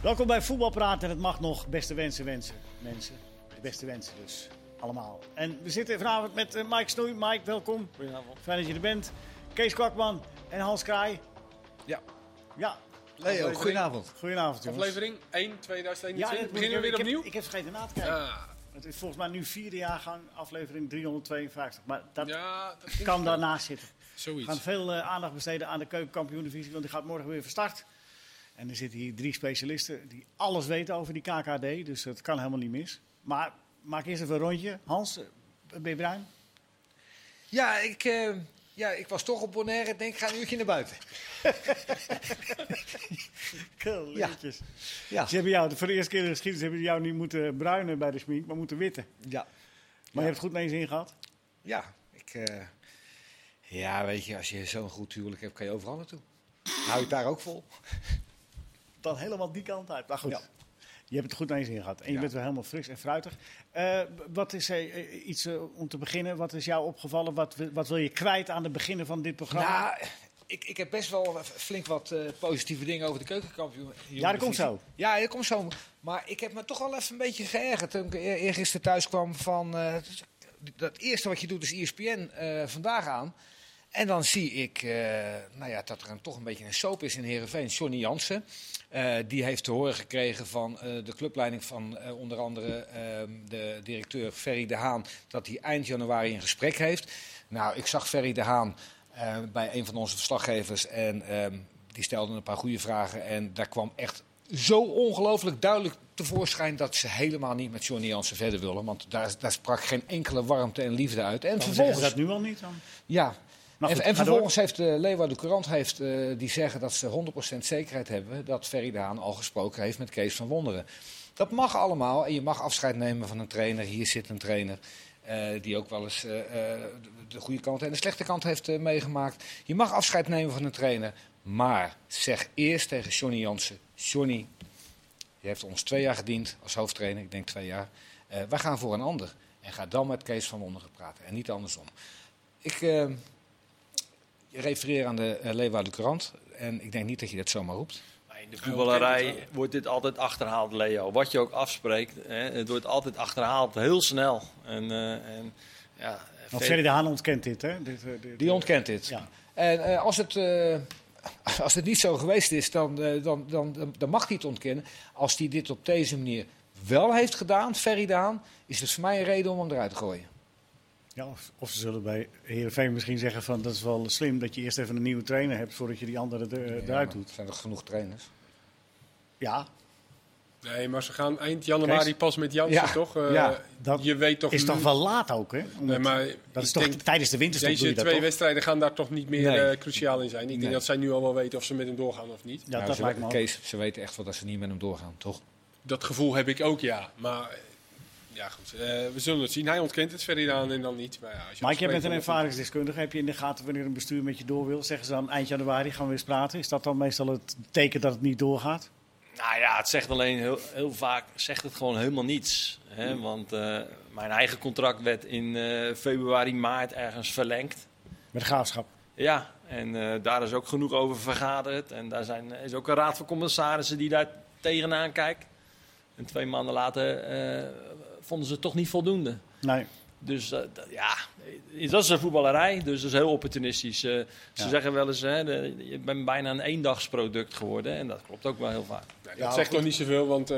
Welkom bij Voetbalpraat en het mag nog beste wensen, mensen. De beste wensen dus, allemaal. En we zitten vanavond met Mike Snoei. Mike, welkom. Goedenavond. Fijn dat je er bent. Kees Kwakman en Hans Kraai. Ja. Leo, goedenavond. Goedenavond, jongens. Aflevering 1 2021. Ja, Beginnen we weer opnieuw? Ik heb vergeten na te kijken. Het is volgens mij nu 4e jaargang, aflevering 352. Maar dat kan daarnaast zitten. Zoiets. We gaan veel aandacht besteden aan de keukenkampioen-divisie, want die gaat morgen weer van start. En er zitten hier 3 specialisten die alles weten over die KKD, dus het kan helemaal niet mis. Maar maak eerst even een rondje. Hans, ben je bruin? Ja, ik was toch op Bonaire. Ik denk, ik ga een uurtje naar buiten. Leertjes. Ja. Ze hebben jou, voor de eerste keer in de geschiedenis hebben ze jou niet moeten bruinen bij de smink, maar moeten witten. Ja. Maar je hebt het goed naar je zin gehad? Ja, weet je, als je zo'n goed huwelijk hebt, kan je overal naartoe. Hou je het daar ook vol? Dan helemaal die kant uit. Maar goed, Ja. je hebt het goed naar je zin gehad. En je bent wel helemaal fris en fruitig. Wat is iets om te beginnen? Wat is jou opgevallen? Wat wil je kwijt aan het beginnen van dit programma? Nou, ik heb best wel flink wat positieve dingen over de keukenkampioen. Ja, dat komt zo. Ja, dat komt zo. Maar ik heb me toch wel even een beetje geërgerd toen ik eergisteren thuis kwam van... dat eerste wat je doet is ESPN vandaag aan. En dan zie ik dat er toch een beetje een soap is in Heerenveen. Johnny Jansen, die heeft te horen gekregen van de clubleiding van onder andere de directeur Ferry de Haan... dat hij eind januari een gesprek heeft. Nou, ik zag Ferry de Haan bij een van onze verslaggevers en die stelde een paar goede vragen. En daar kwam echt zo ongelooflijk duidelijk tevoorschijn dat ze helemaal niet met Johnny Jansen verder willen. Want daar sprak geen enkele warmte en liefde uit. En Zeggen ze dat nu al niet dan? Ja. Maar goed, en vervolgens heeft de Leeuwarden Courant die zeggen dat ze 100% zekerheid hebben dat Ferry de Haan al gesproken heeft met Kees van Wonderen. Dat mag allemaal en je mag afscheid nemen van een trainer. Hier zit een trainer die ook wel eens de goede kant en de slechte kant heeft meegemaakt. Je mag afscheid nemen van een trainer, maar zeg eerst tegen Johnny Jansen: Johnny, je heeft ons 2 jaar gediend als hoofdtrainer, ik denk 2 jaar. Wij gaan voor een ander. En ga dan met Kees van Wonderen praten en niet andersom. Ik refereer aan de Leeuwarden Courant en ik denk niet dat je dat zomaar roept. In de voetballerij wordt dit altijd achterhaald, Leo. Wat je ook afspreekt, het wordt altijd achterhaald, heel snel. Want Ferry de Haan ontkent dit, hè? Die ontkent dit. Ja. En als het niet zo geweest is, dan mag hij het ontkennen. Als hij dit op deze manier wel heeft gedaan, Ferry de Haan, is het voor mij een reden om hem eruit te gooien. Ja, of ze zullen bij Heerenveen misschien zeggen van dat is wel slim dat je eerst even een nieuwe trainer hebt voordat je die andere eruit doet. Er zijn nog genoeg trainers. Ja. Nee, maar ze gaan eind januari pas met Jansen, toch? Dat je weet toch is toch wel laat ook, hè? Dat is toch tijdens de winterstop doe je deze dat 2 toch? wedstrijden gaan daar toch niet meer Nee. cruciaal in zijn. Ik denk dat zij nu al wel weten of ze met hem doorgaan of niet. Ja, dat lijkt me ook. Kees, ze weten echt wel dat ze niet met hem doorgaan, toch? Dat gevoel heb ik ook, ja. Maar ja, goed. We zullen het zien. Hij ontkent het verder aan en dan niet. Maar ja, als je Mike, jij bent een afspreekt, ervaringsdeskundige. Heb je in de gaten wanneer een bestuur met je door wil? Zeggen ze dan eind januari gaan we eens praten? Is dat dan meestal het teken dat het niet doorgaat? Nou ja, het zegt alleen heel vaak zegt het gewoon helemaal niets. Hè? Want mijn eigen contract werd in februari, maart ergens verlengd. Met de Graafschap. Ja, en daar is ook genoeg over vergaderd. En daar is ook een raad van commissarissen die daar tegenaan kijkt. En 2 maanden later vonden ze het toch niet voldoende. Nee. Dus dat is een voetballerij, dus dat is heel opportunistisch. Ze zeggen wel eens, je bent bijna een eendagsproduct geworden. En dat klopt ook wel heel vaak. Nee, dat zegt toch niet zoveel, want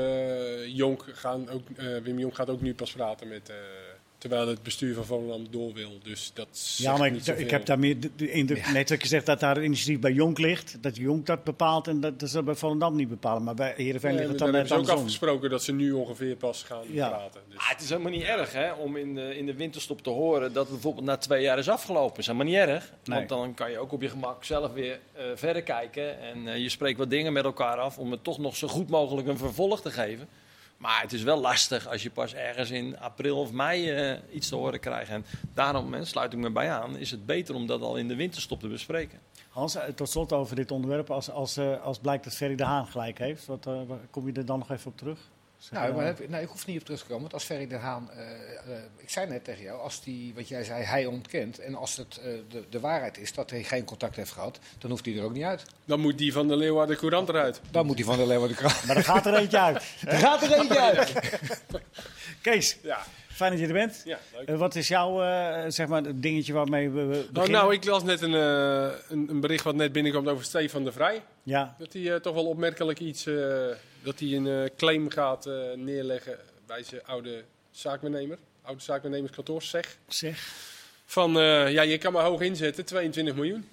Wim Jonk gaat ook nu pas praten met... terwijl het bestuur van Volendam door wil. Dus dat zegt Maar niet zoveel. ik heb daar meer net wat je zegt dat daar een initiatief bij Jonk ligt. Dat Jonk dat bepaalt en dat ze bij Volendam niet bepalen. Maar bij Heerenveen ligt het dan dan net hebben ze ook andersom. afgesproken dat ze nu ongeveer pas gaan praten. Dus. Het is helemaal niet erg hè, om in de winterstop te horen dat het bijvoorbeeld na 2 jaar is afgelopen. Dat is helemaal niet erg. Nee. Want dan kan je ook op je gemak zelf weer verder kijken. En je spreekt wat dingen met elkaar af om het toch nog zo goed mogelijk een vervolg te geven. Maar het is wel lastig als je pas ergens in april of mei iets te horen krijgt. En daarom, sluit ik me bij aan, is het beter om dat al in de winterstop te bespreken. Hans, tot slot over dit onderwerp. Als blijkt dat Ferry de Haan gelijk heeft, kom je er dan nog even op terug? Ik hoef niet op terug te komen. Want als Ferry de Haan, ik zei net tegen jou, als die, wat jij zei, hij ontkent. En als het de waarheid is dat hij geen contact heeft gehad, dan hoeft hij er ook niet uit. Dan moet die van de Leeuwarden Courant eruit. Dan moet hij van de Leeuwarden Krant. Maar er gaat er eentje uit. Er gaat er eentje uit. Kees, Ja, fijn dat je er bent. ja leuk. Wat is jouw zeg maar, het dingetje waarmee we beginnen? Nou, ik las net een bericht wat net binnenkomt over Stefan de Vrij. Ja, Dat hij toch wel opmerkelijk iets, dat hij een claim gaat neerleggen bij zijn oude zaakwaarnemerskantoor, zeg. Van, je kan maar hoog inzetten, 22 miljoen.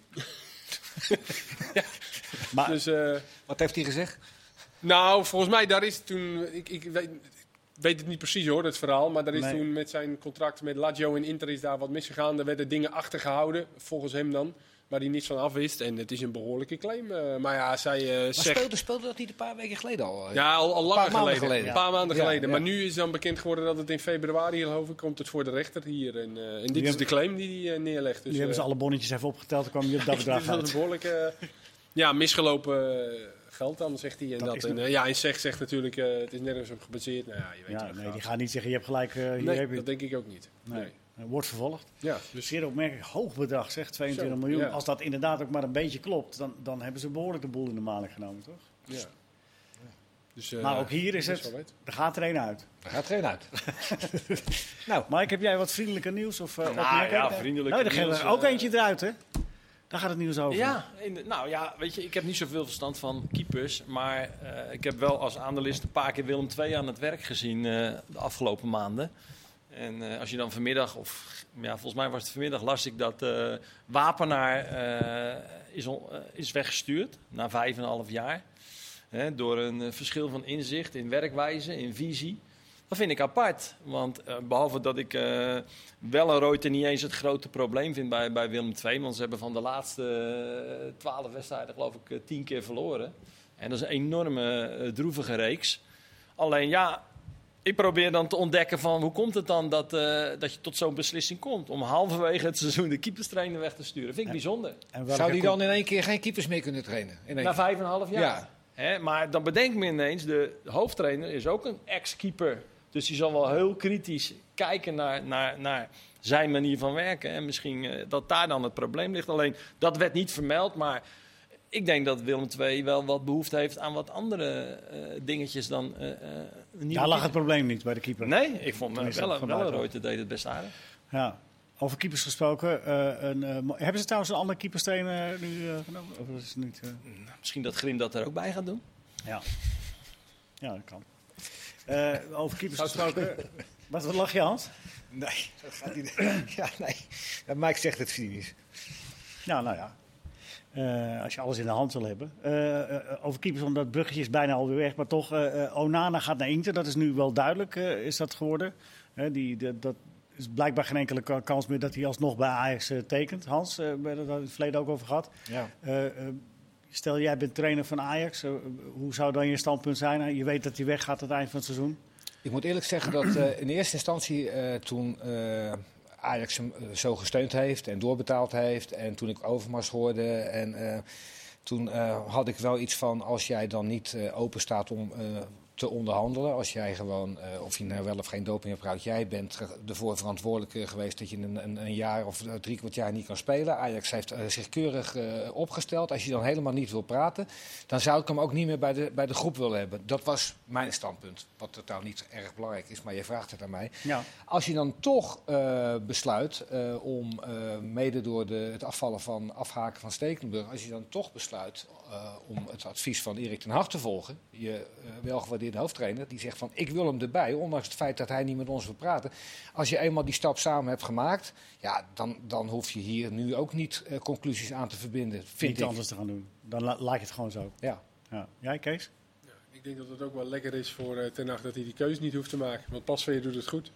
maar Dus, Wat heeft hij gezegd? nou, volgens mij, daar is toen, ik weet het niet precies hoor, het verhaal. Maar daar is Nee. toen met zijn contract met Lazio en Inter is daar wat misgegaan. Er werden dingen achtergehouden, volgens hem dan. Waar hij niets van afwist. En het is een behoorlijke claim. Maar ja, zij Maar zegt... speelde dat niet een paar weken geleden al? Ja, al langer maanden geleden. geleden. Een paar maanden Ja, geleden. ja. Maar nu is dan bekend geworden dat het in februari, geloof ik, komt het voor de rechter hier. En dit is de claim die hij neerlegt. Dus, die hebben ze alle bonnetjes even opgeteld. Dan kwam je op dat dit bedrag is wel een uit. behoorlijke misgelopen geld dan, zegt hij. En, Dat is en Zeg zegt natuurlijk, het is nergens op gebaseerd. Nou ja, je weet Ja, hoe het nee, gaat. die gaan niet zeggen, je hebt gelijk, hier Nee, heb je dat denk ik ook niet. Nee. Nee. Wordt vervolgd. Ja, dus Zeer opmerkelijk hoog bedrag, zeg, 22 Zo, miljoen. ja. Als dat inderdaad ook maar een beetje klopt, dan hebben ze behoorlijk de boel in de maling genomen, toch? ja. Dus, Maar ook hier is dat is het, wel weten. er gaat er een uit. Daar gaat er een uit. Nou, Mike, heb jij wat vriendelijker nieuws? Of, opmerkingen? ja, vriendelijke Nou, er gaat nieuws, er ook eentje eruit, hè? Daar gaat het nieuws over. Ja, weet je, ik heb niet zoveel verstand van keepers. Maar ik heb wel als analist een paar keer Willem II aan het werk gezien de afgelopen maanden. En als je dan vanmiddag, volgens mij was het vanmiddag, las ik dat Wapenaar is weggestuurd na 5,5 jaar. Door een verschil van inzicht in werkwijze, in visie. Dat vind ik apart. Want behalve dat ik Wellenreuter niet eens het grote probleem vind bij Willem II. Want ze hebben van de laatste 12 wedstrijden geloof ik 10 keer verloren. En dat is een enorme droevige reeks. Alleen ja, ik probeer dan te ontdekken van hoe komt het dan dat je tot zo'n beslissing komt. Om halverwege het seizoen de keeperstrainer weg te sturen. Vind ik bijzonder. En welke zou die dan in één keer geen keepers meer kunnen trainen? In één keer? Na 5,5 jaar. Ja. Maar dan bedenk me ineens, de hoofdtrainer is ook een ex-keeper. Dus die zal wel heel kritisch kijken naar zijn manier van werken. En misschien dat daar dan het probleem ligt. Alleen, dat werd niet vermeld. Maar ik denk dat Willem II wel wat behoefte heeft aan wat andere dingetjes dan een nieuwe Daar lag het keeper. probleem niet bij de keeper. Nee, ik vond Tenminste, van buitenaf. Wellenreuter deed het best aardig. Ja. Over keepers gesproken. Hebben ze trouwens een andere keeperstrainer nu genomen? Of dat is niet, Misschien dat Grim dat er ook bij gaat doen. Ja, dat kan. Over keepers gesproken. Wat lach je, Hans? Nee, dat gaat niet. Ja, nee. Ja, Mike zegt het cynisch. Nou ja. Als je alles in de hand wil hebben. Over keepers, omdat het bruggetje is bijna alweer weg. Maar toch, Onana gaat naar Inter. Dat is nu wel duidelijk, is dat geworden. Dat is blijkbaar geen enkele kans meer dat hij alsnog bij Ajax tekent. Hans, we hebben het in het verleden ook over gehad. Ja. Stel, jij bent trainer van Ajax. Hoe zou dan je standpunt zijn? Je weet dat hij weggaat aan het eind van het seizoen. Ik moet eerlijk zeggen dat in eerste instantie toen Ajax hem zo gesteund heeft en doorbetaald heeft. En toen ik Overmars hoorde en toen had ik wel iets van, als jij dan niet open staat om te onderhandelen. Als jij gewoon, of je nou wel of geen doping hebt gebruikt, jij bent ervoor verantwoordelijk geweest dat je een jaar of 3/4 jaar niet kan spelen. Ajax heeft zich keurig opgesteld. Als je dan helemaal niet wil praten, dan zou ik hem ook niet meer bij de groep willen hebben. Dat was mijn standpunt. Wat totaal niet erg belangrijk is, maar je vraagt het aan mij. Ja. Als je dan toch besluit om, mede door het afhaken van Stekelenburg, als je dan toch besluit om het advies van Erik ten Hag te volgen, je welgewaardeerde hoofdtrainer, die zegt van ik wil hem erbij, ondanks het feit dat hij niet met ons wil praten. Als je eenmaal die stap samen hebt gemaakt, ja, dan hoef je hier nu ook niet conclusies aan te verbinden, vind Niet ik. anders te gaan doen. Dan laat je het gewoon zo. Ja. Ja. Jij, Kees? Ik denk dat het ook wel lekker is voor Ten Hag dat hij die keuze niet hoeft te maken. Want Pasveer doet het goed.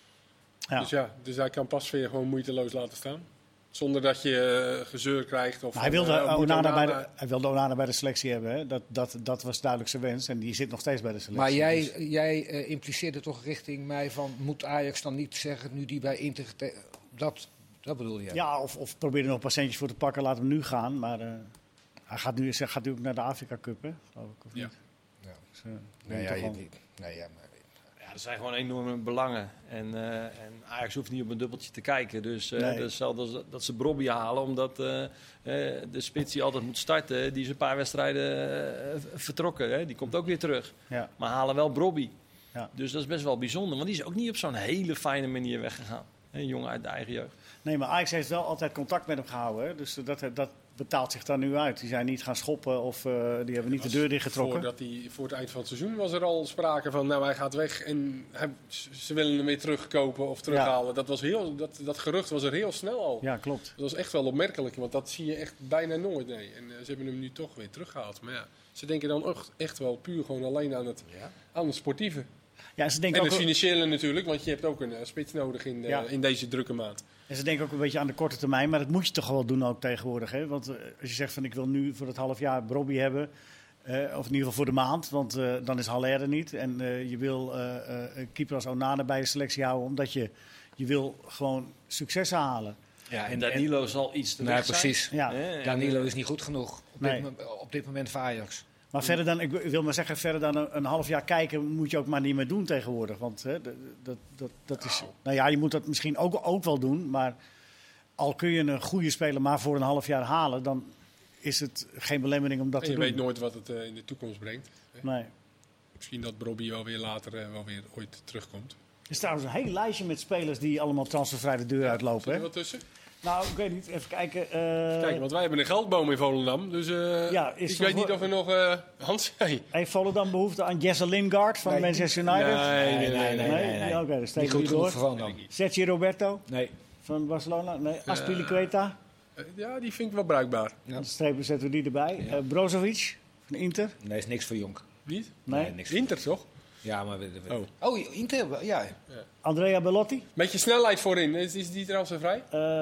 Ja. Dus hij kan Pasveer gewoon moeiteloos laten staan. Zonder dat je gezeur krijgt. Of Maar hij wilde moet Onana bij de selectie hebben. Hè? Dat was duidelijk zijn wens. En die zit nog steeds bij de selectie. Maar Dus- jij impliceerde toch richting mij van, moet Ajax dan niet zeggen, nu die bij Inter... Dat bedoel je? Ja, of probeer er nog patiëntjes voor te pakken. Laat hem nu gaan. Maar hij gaat nu ook naar de Afrika Cup, hè? Geloof ik, of Ja. niet? Dus, Nee, ja, toch wel- maar... Ja, er zijn gewoon enorme belangen. En Ajax hoeft niet op een dubbeltje te kijken. Dus Nee. dat is hetzelfde dat ze Brobby halen. Omdat de spits die altijd moet starten, die is een paar wedstrijden vertrokken. Hè. Die komt ook weer terug. Ja. Maar halen wel Brobby. Ja. Dus dat is best wel bijzonder. Want die is ook niet op zo'n hele fijne manier weggegaan. Een jongen uit de eigen jeugd. Nee, maar Ajax heeft wel altijd contact met hem gehouden. Hè? Dus dat betaalt zich dan nu uit. Die zijn niet gaan schoppen of die hebben niet de deur dichtgetrokken. Voor het eind van het seizoen was er al sprake van, nou hij gaat weg en ze willen hem weer terugkopen of terughalen. Dat gerucht was er heel snel al. Ja, klopt. Dat was echt wel opmerkelijk, want dat zie je echt bijna nooit. Nee. En ze hebben hem nu toch weer teruggehaald. Maar ja, ze denken dan echt wel puur gewoon alleen aan het sportieve. Ja, ze denken En ook, het financiële natuurlijk, want je hebt ook een spits nodig in deze drukke maand. en ze denken ook een beetje aan de korte termijn. Maar dat moet je toch wel doen ook tegenwoordig. Hè? Want als je zegt van ik wil nu voor het half jaar Brobby hebben. Of in ieder geval voor de maand. Want dan is Haller er niet. En je wil keeper als Onana bij je selectie houden. Omdat je wil gewoon successen halen. Ja, En Danilo zal iets te Nee, weg zijn. precies. Ja. Danilo is niet goed genoeg Nee. op dit moment voor Ajax. Maar verder dan, ik wil maar zeggen, verder dan een half jaar kijken moet je ook maar niet meer doen tegenwoordig. Want dat is. Nou ja, je moet dat misschien ook wel doen. Maar al kun je een goede speler maar voor een half jaar halen, dan is het geen belemmering om dat En te je doen. weet nooit wat het in de toekomst brengt. Nee. Misschien dat Brobby wel weer later wel weer ooit terugkomt. Er is trouwens een heel lijstje met spelers die allemaal transfervrij de deur uitlopen. Zit er Hè? wat tussen? Nou, ik weet niet. Even kijken. Kijk, want wij hebben een geldboom in Volendam. Dus Ja, is ik er weet niet voor- of er nog... Hans? Hey. Heeft Volendam behoefte aan Jesse Lingard van Manchester United? Nee. Oké, dan Niet steken we goed die genoeg door. voor Volendam. Sergio Roberto Nee. van Barcelona? Nee. Aspilicueta? Ja, die vind ik wel bruikbaar. Dan zetten we die erbij. Brozovic van Inter? Nee, is niks voor Jonk. Niet? Nee. niks. Inter, toch? Ja, maar... Oh. Inter, ja. Andrea Bellotti? Beetje snelheid voorin. Is die transfervrij?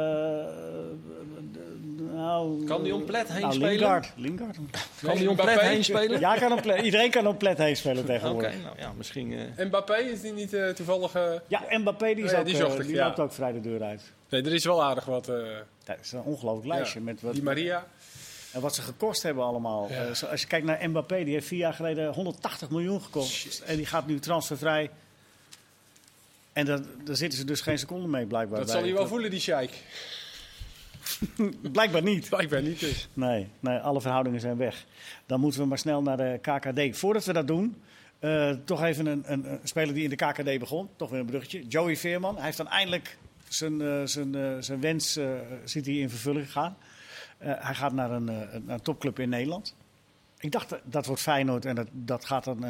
Nou, Kan die om Plet heen nou, spelen? Lingard. Kan die om Mbappé? Plet heen spelen? Ja, iedereen kan op Plet heen spelen Oké, tegenwoordig. nou ja, misschien... Mbappé, is die niet toevallig... Ja, Mbappé die, is Ja, ook, die zocht ik, die ja. loopt ook vrij de deur uit. Nee, er is wel aardig wat... Dat is een ongelooflijk lijstje. ja. Met wat, Die Maria. en wat ze gekost hebben allemaal. Als je kijkt naar Mbappé, die heeft 4 jaar geleden 180 miljoen gekost. En die gaat nu transfervrij. En daar zitten ze dus geen seconde mee blijkbaar. Dat bij. zal hij wel voelen, die sheik. Blijkbaar niet. Blijkbaar niet dus. Nee, alle verhoudingen zijn weg. Dan moeten we maar snel naar de KKD. Voordat we dat doen, toch even een speler die in de KKD begon. Toch weer een bruggetje. Joey Veerman. Hij heeft dan eindelijk zijn wens ziet hij in vervulling gegaan. Hij gaat naar een topclub in Nederland. Ik dacht, dat wordt Feyenoord en dat gaat dan...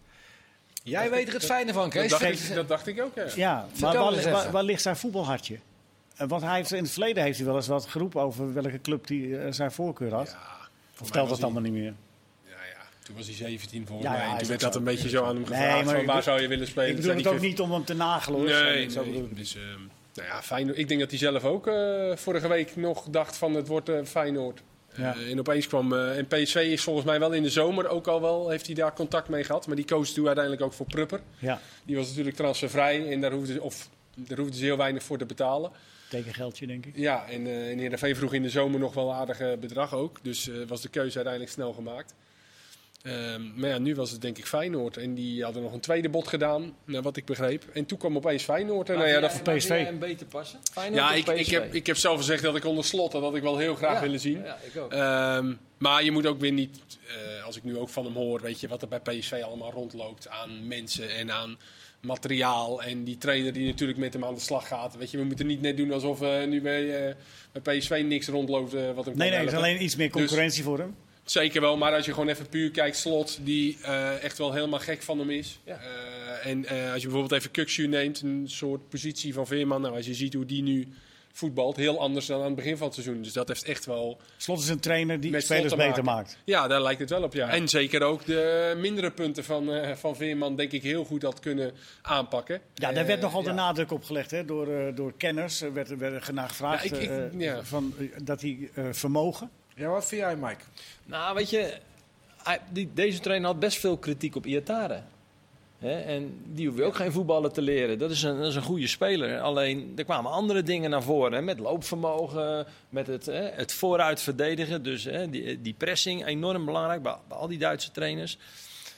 Jij weet er het fijne van, Kees. Dat dacht ik ook, ja. ja, maar Vertel eens even. waar ligt zijn voetbalhartje? Want hij heeft, in het verleden heeft hij wel eens wat geroepen over welke club die zijn voorkeur had. Of telt dat allemaal niet meer? Ja. Toen was hij 17 volgens Ja, mij. ja, En is toen werd ook dat zo. een beetje zo aan hem Nee, gevraagd. maar Van ik waar bedoel- zou je willen spelen? Ik Toen bedoel het zei ook hij niet om hem te nagelen hoor. Nee, Zo bedoel ik het. Dus, nou ja, Feyenoord. Ik denk dat hij zelf ook vorige week nog dacht van het wordt Feyenoord. Ja. En opeens kwam... en PSV is volgens mij wel in de zomer ook al wel... heeft hij daar contact mee gehad. Maar die koos toen uiteindelijk ook voor Prupper. Ja, Die was natuurlijk transfervrij. En daar hoefden ze heel weinig voor te betalen. tekengeldje denk ik. Ja, en Heerenveen vroeg in de zomer nog wel een aardig bedrag ook. Dus was de keuze uiteindelijk snel gemaakt. Maar ja, nu was het denk ik Feyenoord. En die hadden nog een tweede bod gedaan, naar wat ik begreep. En toen kwam opeens Feyenoord. En, nou ja, dat, PSV. Vind jij hem beter passen? Feyenoord ja, of PSV? ik heb zelf gezegd dat ik onder slot dat ik wel heel graag willen zien. Ja, ik ook. Maar je moet ook weer niet, als ik nu ook van hem hoor, weet je wat er bij PSV allemaal rondloopt aan mensen en aan materiaal. En die trainer die natuurlijk met hem aan de slag gaat. Weet je, we moeten niet net doen alsof nu bij PSV niks rondloopt wat hem kan Nee, het is helpen. alleen iets meer concurrentie voor hem. Zeker wel, maar als je gewoon even puur kijkt, Slot, die echt wel helemaal gek van hem is. Ja. En als je bijvoorbeeld even Kukçu neemt, een soort positie van Veerman. Nou, als je ziet hoe die nu voetbalt, heel anders dan aan het begin van het seizoen. Dus dat heeft echt wel... Slot is een trainer die Met spelers Slot te beter maken. maakt. Ja, daar lijkt het wel op, ja. En zeker ook de mindere punten van Veerman, denk ik, heel goed had kunnen aanpakken. Ja, daar werd nogal de ja. nadruk op gelegd hè, door kenners. Er werd naar gevraagd Ja, dat hij vermogen. Ja, wat vind jij, Mike? Nou, weet je, deze trainer had best veel kritiek op Iatare. En die hoef je ook geen voetballen te leren. Dat is een goede speler. Alleen, er kwamen andere dingen naar voren. Hè? Met loopvermogen, met het vooruit verdedigen. Dus die pressing, enorm belangrijk bij al die Duitse trainers.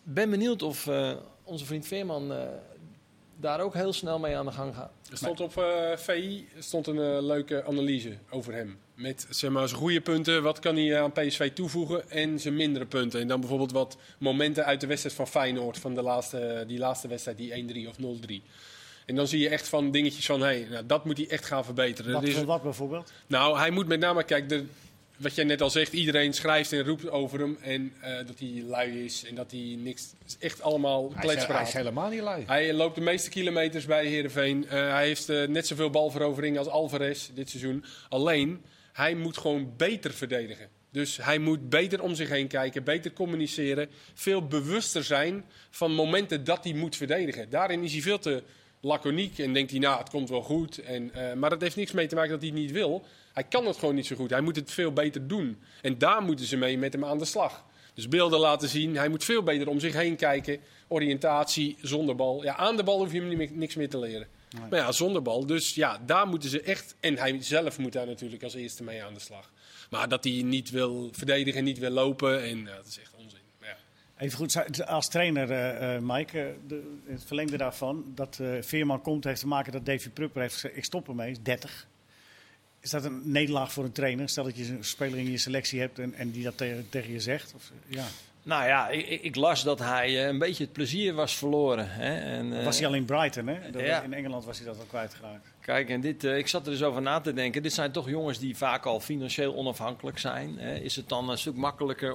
ben benieuwd of onze vriend Veerman daar ook heel snel mee aan de gang gaat. Er stond op VI een leuke analyse over hem. Met zeg maar, zijn goede punten, wat kan hij aan PSV toevoegen en zijn mindere punten. En dan bijvoorbeeld wat momenten uit de wedstrijd van Feyenoord, van die laatste wedstrijd, die 1-3 of 0-3. En dan zie je echt van dingetjes van, dat moet hij echt gaan verbeteren. Wat bijvoorbeeld? Nou, hij moet met name, kijk, wat jij net al zegt, iedereen schrijft en roept over hem. En dat hij lui is en dat hij niks... Het is echt allemaal kletspraat. Hij is helemaal niet lui. Hij loopt de meeste kilometers bij Heerenveen. Hij heeft net zoveel balverovering als Alvarez dit seizoen. Alleen, hij moet gewoon beter verdedigen. Dus hij moet beter om zich heen kijken, beter communiceren. Veel bewuster zijn van momenten dat hij moet verdedigen. Daarin is hij veel te laconiek en denkt hij, het komt wel goed. Maar dat heeft niks mee te maken dat hij het niet wil. Hij kan het gewoon niet zo goed. Hij moet het veel beter doen. En daar moeten ze mee met hem aan de slag. Dus beelden laten zien. Hij moet veel beter om zich heen kijken. Oriëntatie, zonder bal. Ja, aan de bal hoef je hem niks meer te leren. Nee. Maar ja, zonder bal. Dus ja, daar moeten ze echt... En hij zelf moet daar natuurlijk als eerste mee aan de slag. Maar dat hij niet wil verdedigen en niet wil lopen. En dat is echt onzin. Ja. Even goed, als trainer, Mike, het verlengde daarvan... dat Veerman komt, heeft te maken dat Davy Prupper heeft gezegd... ik stop ermee, 30. Is dat een nederlaag voor een trainer? Stel dat je een speler in je selectie hebt en die dat tegen je zegt? Of, ja. Nou ja, ik las dat hij een beetje het plezier was verloren. Hè? En, was hij al in Brighton, hè? Ja. In Engeland was hij dat al kwijtgeraakt. Kijk, en ik zat er dus over na te denken. Dit zijn toch jongens die vaak al financieel onafhankelijk zijn. Hè? Is het dan een stuk makkelijker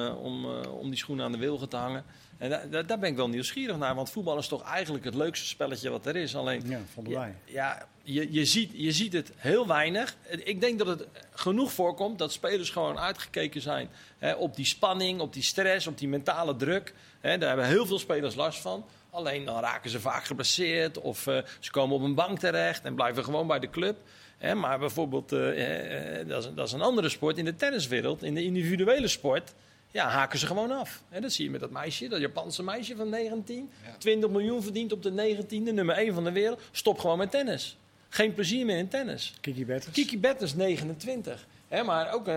om die schoenen aan de wilgen te hangen? En daar ben ik wel nieuwsgierig naar. Want voetbal is toch eigenlijk het leukste spelletje wat er is. Alleen, ja, vonden wij. Ja, je ziet het heel weinig. Ik denk dat het genoeg voorkomt dat spelers gewoon uitgekeken zijn op die spanning, op die stress, op die mentale druk. Daar hebben heel veel spelers last van. Alleen dan raken ze vaak geblesseerd of ze komen op een bank terecht en blijven gewoon bij de club. Maar bijvoorbeeld, dat is een andere sport in de tenniswereld, in de individuele sport. Ja, haken ze gewoon af. Dat zie je met dat meisje, dat Japanse meisje van 19. Ja. 20 miljoen verdient op de 19e, nummer 1 van de wereld. Stop gewoon met tennis. Geen plezier meer in tennis. Kiki Bertens 29. Maar ook,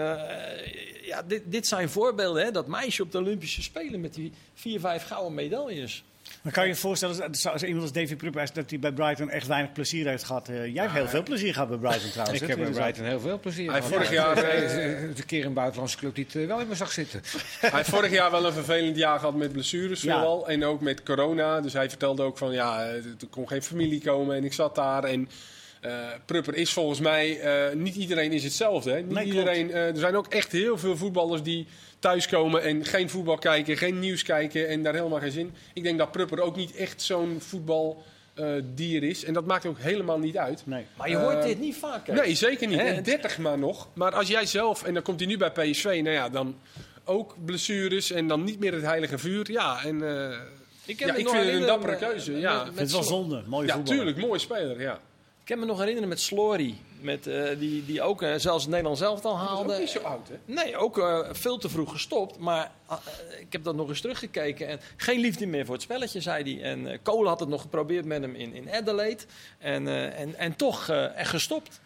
dit zijn voorbeelden. Dat meisje op de Olympische Spelen met die 4-5 gouden medailles. Maar kan je je voorstellen, als iemand als Davy Prupper, dat hij bij Brighton echt weinig plezier heeft gehad? Jij hebt heel veel plezier gehad bij Brighton trouwens. Ik heb bij Brighton heel veel plezier gehad. Vorig jaar een keer een buitenlandse club die het wel in me zag zitten. Hij heeft vorig jaar wel een vervelend jaar gehad met blessures vooral. En ook met corona. Dus hij vertelde ook van er kon geen familie komen en ik zat daar. En Prupper is volgens mij, niet iedereen is hetzelfde. Hè? Niet iedereen, er zijn ook echt heel veel voetballers die thuiskomen en geen voetbal kijken, geen nieuws kijken en daar helemaal geen zin. Ik denk dat Prupper ook niet echt zo'n voetbaldier is. En dat maakt ook helemaal niet uit. Nee. Maar je hoort dit niet vaak. Hè? Nee, zeker niet. En 30 maar nog. Maar als jij zelf, en dan komt hij nu bij PSV, dan ook blessures en dan niet meer het heilige vuur. Ja, en ik vind het een dappere keuze. Ja. Het is wel zonde. Mooie voetballer. Ja, tuurlijk. Mooie speler, ja. Ik kan me nog herinneren met Slory. Die ook zelfs het Nederlands elftal haalde. Dat is ook niet zo oud, hè? Nee, ook veel te vroeg gestopt. Maar ik heb dat nog eens teruggekeken. En geen liefde meer voor het spelletje, zei hij. En Kolen had het nog geprobeerd met hem in Adelaide. En toch echt gestopt.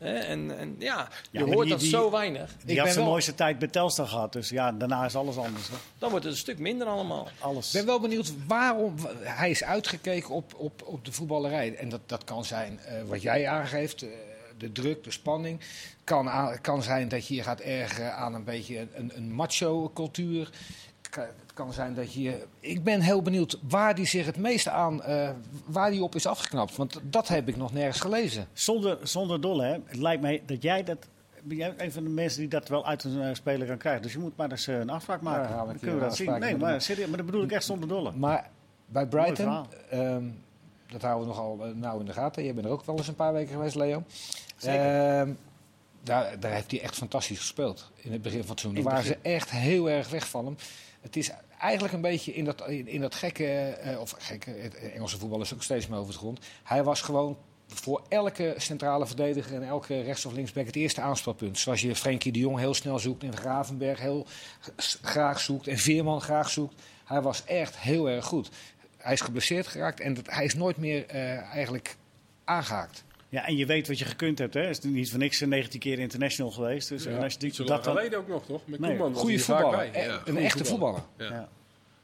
Je hoort dat zo weinig. Die had zijn mooiste tijd bij Telstar gehad. Dus ja, daarna is alles anders. Hè? Dan wordt het een stuk minder allemaal. Ik ben wel benieuwd waarom hij is uitgekeken op de voetballerij. En dat kan zijn wat jij aangeeft. De druk, de spanning. Kan zijn dat je je gaat ergeren aan een beetje een macho-cultuur. Het kan zijn dat je... Ik ben heel benieuwd waar die zich het meeste aan... waar die op is afgeknapt. Want dat heb ik nog nergens gelezen. Zonder dolle, hè. Het lijkt mij dat jij dat... Ben jij een van de mensen die dat wel uit een speler kan krijgen. Dus je moet maar eens een afspraak maken. Ja, dan kunnen we dat zien. Nee, maar serieus, maar dat bedoel ik echt zonder dolle. Maar bij Brighton... dat houden we nogal nauw in de gaten. Je bent er ook wel eens een paar weken geweest, Leo. Zeker. Daar heeft hij echt fantastisch gespeeld. In het begin van het seizoen. Daar waren ze echt heel erg weg van hem. Het is eigenlijk een beetje in dat gekke... het Engelse voetbal is ook steeds meer over de grond. Hij was gewoon voor elke centrale verdediger en elke rechts- of linksback het eerste aanspelpunt. Zoals je Frenkie de Jong heel snel zoekt en Gravenberg heel graag zoekt en Veerman graag zoekt. Hij was echt heel erg goed. Hij is geblesseerd geraakt en hij is nooit meer eigenlijk aangehaakt. Ja, en je weet wat je gekund hebt. Hè? Is niet voor niks 19 keer international geweest. Dus ja, en als je niet zo lang geleden ook nog, toch? Met Koeman. Goede voetballer. Een echte voetballer. Ja.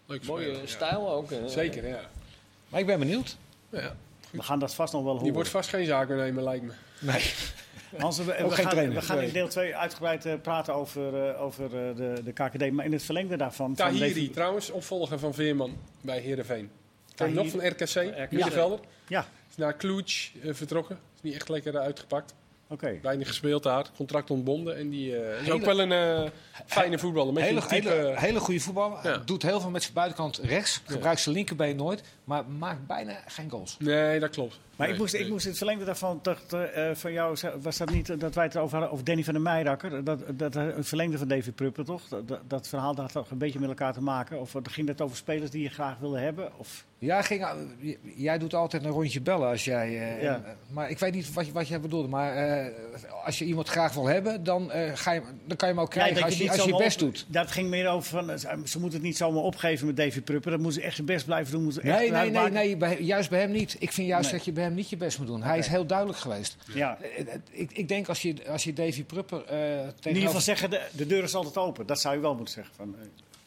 Leuk Mooie speler, ja. stijl ook. Zeker, ja. Maar ik ben benieuwd. Ja. We gaan dat vast nog wel horen. Die wordt vast geen zaakwaarnemer, lijkt me. Nee. Hans, we geen trainer. gaan in Nee. deel 2 uitgebreid praten over de KKD. Maar in het verlengde daarvan... van Tahiri, Davy- trouwens, opvolger van Veerman bij Heerenveen. Ken je nog van RKC? Middenvelder. Ja, Is naar Cluj vertrokken. Is niet echt lekker uitgepakt. oké. Weinig gespeeld daar. Contract ontbonden. En die is ook wel een fijne voetballer. Met een type... Hele goede voetballer. Ja. Doet heel veel met zijn buitenkant rechts. Gebruikt zijn linkerbeen nooit. Maar maakt bijna geen goals. Nee, dat klopt. Maar Nee, ik moest in het verlengde daarvan van jou, was dat niet dat wij het erover hadden over Danny van der Meijerakker? Dat het verlengde van Davy Prupper, toch? Dat verhaal had toch een beetje met elkaar te maken? Of ging dat over spelers die je graag wilde hebben? Of? Ja, jij doet altijd een rondje bellen als jij... Ja. Maar ik weet niet wat jij bedoelde. Maar als je iemand graag wil hebben, dan kan je hem ook krijgen als je je best doet. Dat ging meer over van, ze moeten het niet zomaar opgeven met Davy Prupper. Dat moeten ze echt zijn best blijven doen. Moeten ze echt Nee, juist bij hem niet. Ik vind juist Nee. dat je bij hem niet je best moet doen. Hij is heel duidelijk geweest. Ja. Ik denk als je Davy Prupper In ieder geval zeggen, de deur is altijd open. Dat zou je wel moeten zeggen. Van,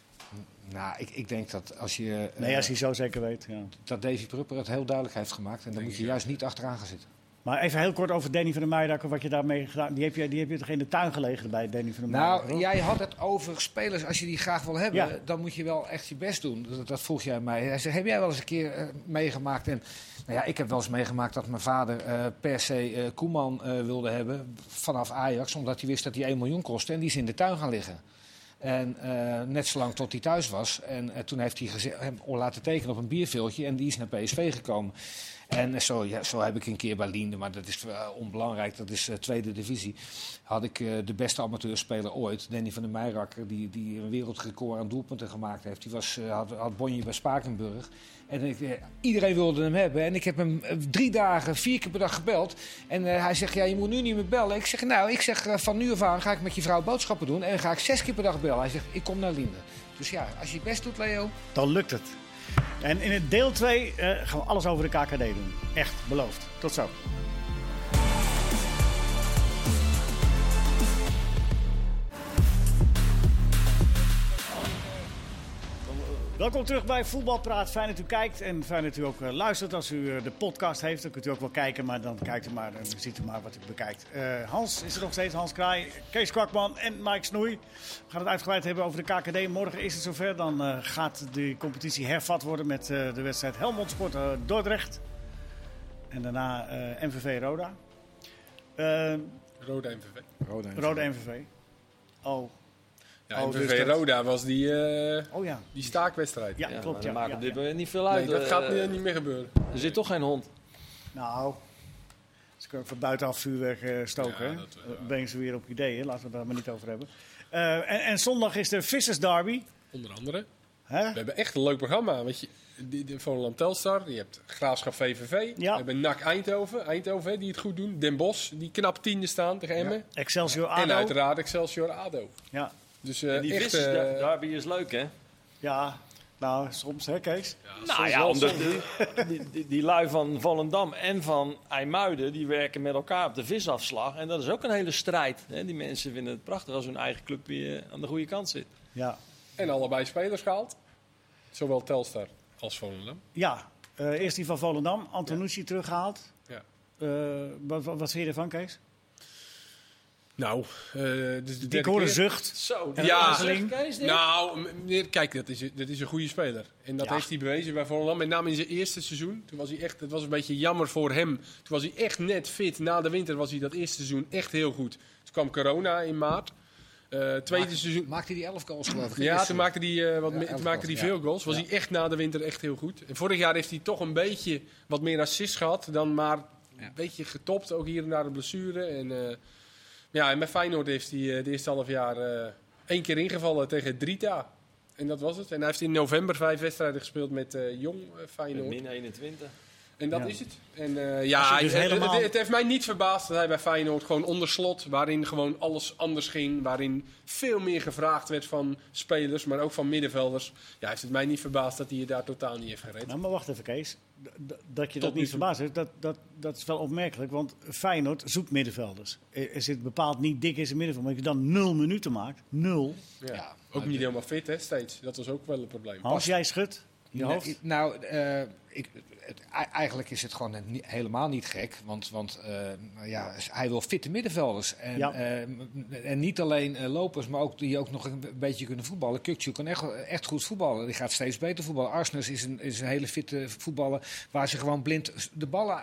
Nou, ik denk dat als je... nee, als hij zo zeker weet. Ja. dat Davy Prupper het heel duidelijk heeft gemaakt. En dan moet je juist niet achteraan gaan zitten. Maar even heel kort over Danny van der Meijerakker. Wat je daarmee gedaan. Die heb je toch in de tuin gelegen bij Danny van der Meijerakker? Nou, jij had het over spelers. Als je die graag wil hebben, Ja. dan moet je wel echt je best doen. Dat vroeg jij mij. Hij zei, heb jij wel eens een keer meegemaakt? En, nou ja, ik heb wel eens meegemaakt dat mijn vader per se Koeman wilde hebben vanaf Ajax. Omdat hij wist dat hij 1 miljoen kostte. En die is in de tuin gaan liggen. En net zolang tot hij thuis was. En toen heeft hij hem laten tekenen op een bierveeltje. En die is naar PSV gekomen. En zo heb ik een keer bij Liende, maar dat is onbelangrijk. Dat is tweede divisie. Had ik de beste amateurspeler ooit. Danny van der Meijerakker, die een wereldrecord aan doelpunten gemaakt heeft. Die had bonje bij Spakenburg. En iedereen wilde hem hebben. En ik heb hem 3 dagen, 4 keer per dag gebeld. En hij zegt, ja, je moet nu niet meer bellen. Ik zeg, van nu af aan ga ik met je vrouw boodschappen doen. En ga ik 6 keer per dag bellen. Hij zegt, ik kom naar Liende. Dus ja, als je je best doet, Leo. Dan lukt het. En in het deel 2 gaan we alles over de KKD doen. Echt, beloofd. Tot zo. Welkom terug bij Voetbalpraat. Fijn dat u kijkt en fijn dat u ook luistert. Als u de podcast heeft, dan kunt u ook wel kijken. Maar dan kijkt u maar en ziet u maar wat u bekijkt. Hans is er nog steeds, Hans Kraai, Kees Kwakman en Mike Snoei. We gaan het uitgebreid hebben over de KKD. Morgen is het zover. Dan gaat de competitie hervat worden met de wedstrijd Helmond Sport Dordrecht. En daarna MVV Roda. Roda MVV. Roda MVV. Oh. Ja, Oh, MVV dus dat- Roda was die Oh ja. staakwedstrijd. Ja, Ja, klopt. maar Ja, dat maakt ja, op dit ja. moment niet veel uit. Nee, dat gaat niet meer gebeuren. Er zit toch geen hond. Nou, ze kunnen van buitenaf vuurwerk stoken. Ja, hè? dat, Dan brengen ze weer op ideeën. Laten we het daar maar niet over hebben. En zondag is de Vissers Derby. Onder andere. Hè? We hebben echt een leuk programma. Weet je, de Volendam Telstar, je hebt Graafschap VVV. Ja. We hebben NAC Eindhoven hè, die het goed doen. Den Bosch, die knap 10e staan tegen Emmen. Excelsior En ADO. uiteraard Excelsior ADO. Ja. Dus En die echt... vissers derby is leuk, hè? Ja, nou, soms hè Kees? Nou ja, omdat die lui van Volendam en van IJmuiden, die werken met elkaar op de visafslag. En dat is ook een hele strijd. Hè? Die mensen vinden het prachtig als hun eigen club weer aan de goede kant zit. Ja. En allebei spelers gehaald. Zowel Telstar als Volendam. Ja, eerst die van Volendam. Antonucci teruggehaald. Ja. Wat vind je ervan, Kees? Nou, dus de Ik derde hoor een keer. zucht. Zo, En Ja, aarzeling. Nou, meneer, kijk, dat is een goede speler. En dat Ja. heeft hij bewezen bij Volendam. Met name in zijn eerste seizoen. Toen was hij echt, het was een beetje jammer voor hem. Toen was hij echt net fit. Na de winter was hij dat eerste seizoen echt heel goed. Toen kwam corona in maart. Tweede seizoen. Maakte hij 11 goals, geloof ik. Ja, toen maakte hij, Ja, toen maakte hij veel goals. Was hij echt na de winter echt heel goed. En vorig jaar heeft hij toch een beetje wat meer assists gehad. Dan maar een beetje getopt. Ook hier en daar de blessure. En met Feyenoord heeft hij de eerste half jaar 1 keer ingevallen tegen Drita. En dat was het. En hij heeft in november 5 wedstrijden gespeeld met Jong Feyenoord. min 21. En dat Ja. is het. En Als ja, je dus het helemaal- heeft mij niet verbaasd dat hij bij Feyenoord gewoon onder slot, waarin gewoon alles anders ging, waarin veel meer gevraagd werd van spelers, maar ook van middenvelders. Ja, heeft het mij niet verbaasd dat hij je daar totaal niet heeft gered. Nou, maar wacht even, Kees. dat je Tot dat nu niet toe. verbaast, dat is wel opmerkelijk. Want Feyenoord zoekt middenvelders. Er zit bepaald niet dik in zijn middenveld. Maar als je dan 0 minuten maakt, 0. Ja. Ja, Ook maar niet helemaal fit, hè, steeds. Dat was ook wel een probleem. Hans, jij schudt je hoofd. Nee, nou, eigenlijk is het gewoon helemaal niet gek. Want nou ja, hij wil fitte middenvelders. En, Ja. En niet alleen lopers, maar ook die ook nog een beetje kunnen voetballen. Kukçu kan echt goed voetballen. Die gaat steeds beter voetballen. Arsnes is een hele fitte voetballer waar ze gewoon blind de ballen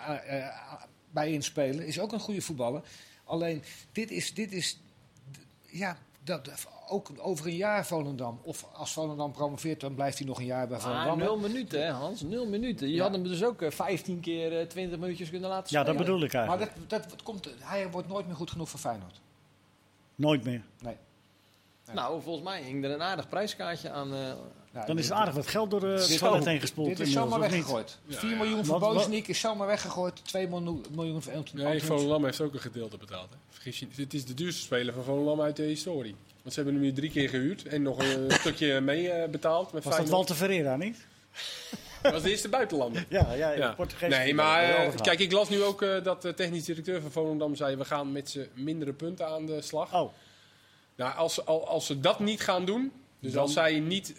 bij inspelen. Is ook een goede voetballer. Alleen, dit is ja, ook over een jaar Volendam. Of als Volendam promoveert, dan blijft hij nog een jaar bij Volendam. 0 minuten, hè, Hans. 0 minuten. Je had hem dus ook 15 keer 20 minuutjes kunnen laten Ja, spelen. dat bedoel ik Maar eigenlijk. hij wordt nooit meer goed genoeg voor Feyenoord. Nooit meer. Nee. Nou, volgens mij hing er een aardig prijskaartje aan. Nou, Dan is het aardig wat geld door de Dit- toilet heen gespoeld. Dit is inmiddels, zomaar of niet? weggegooid. Ja, 4 miljoen voor Wat- Bozeniek is zomaar weggegooid. 2 miljoen voor Nee, Volendam heeft ook een gedeelte betaald. Hè. Vergis je, het is de duurste speler van Volendam uit de historie. Want ze hebben hem nu 3 keer gehuurd en nog een stukje mee betaald. Met Was dat Walter Ferreira niet? Dat was de eerste buitenlander. Ja, Portugees. Nee, maar Geweldig kijk, ik las nu ook dat de technisch directeur van Volendam zei... we gaan met z'n mindere punten aan de slag. Oh, Nou, als ze dat niet gaan doen... dus Dan- als zij niet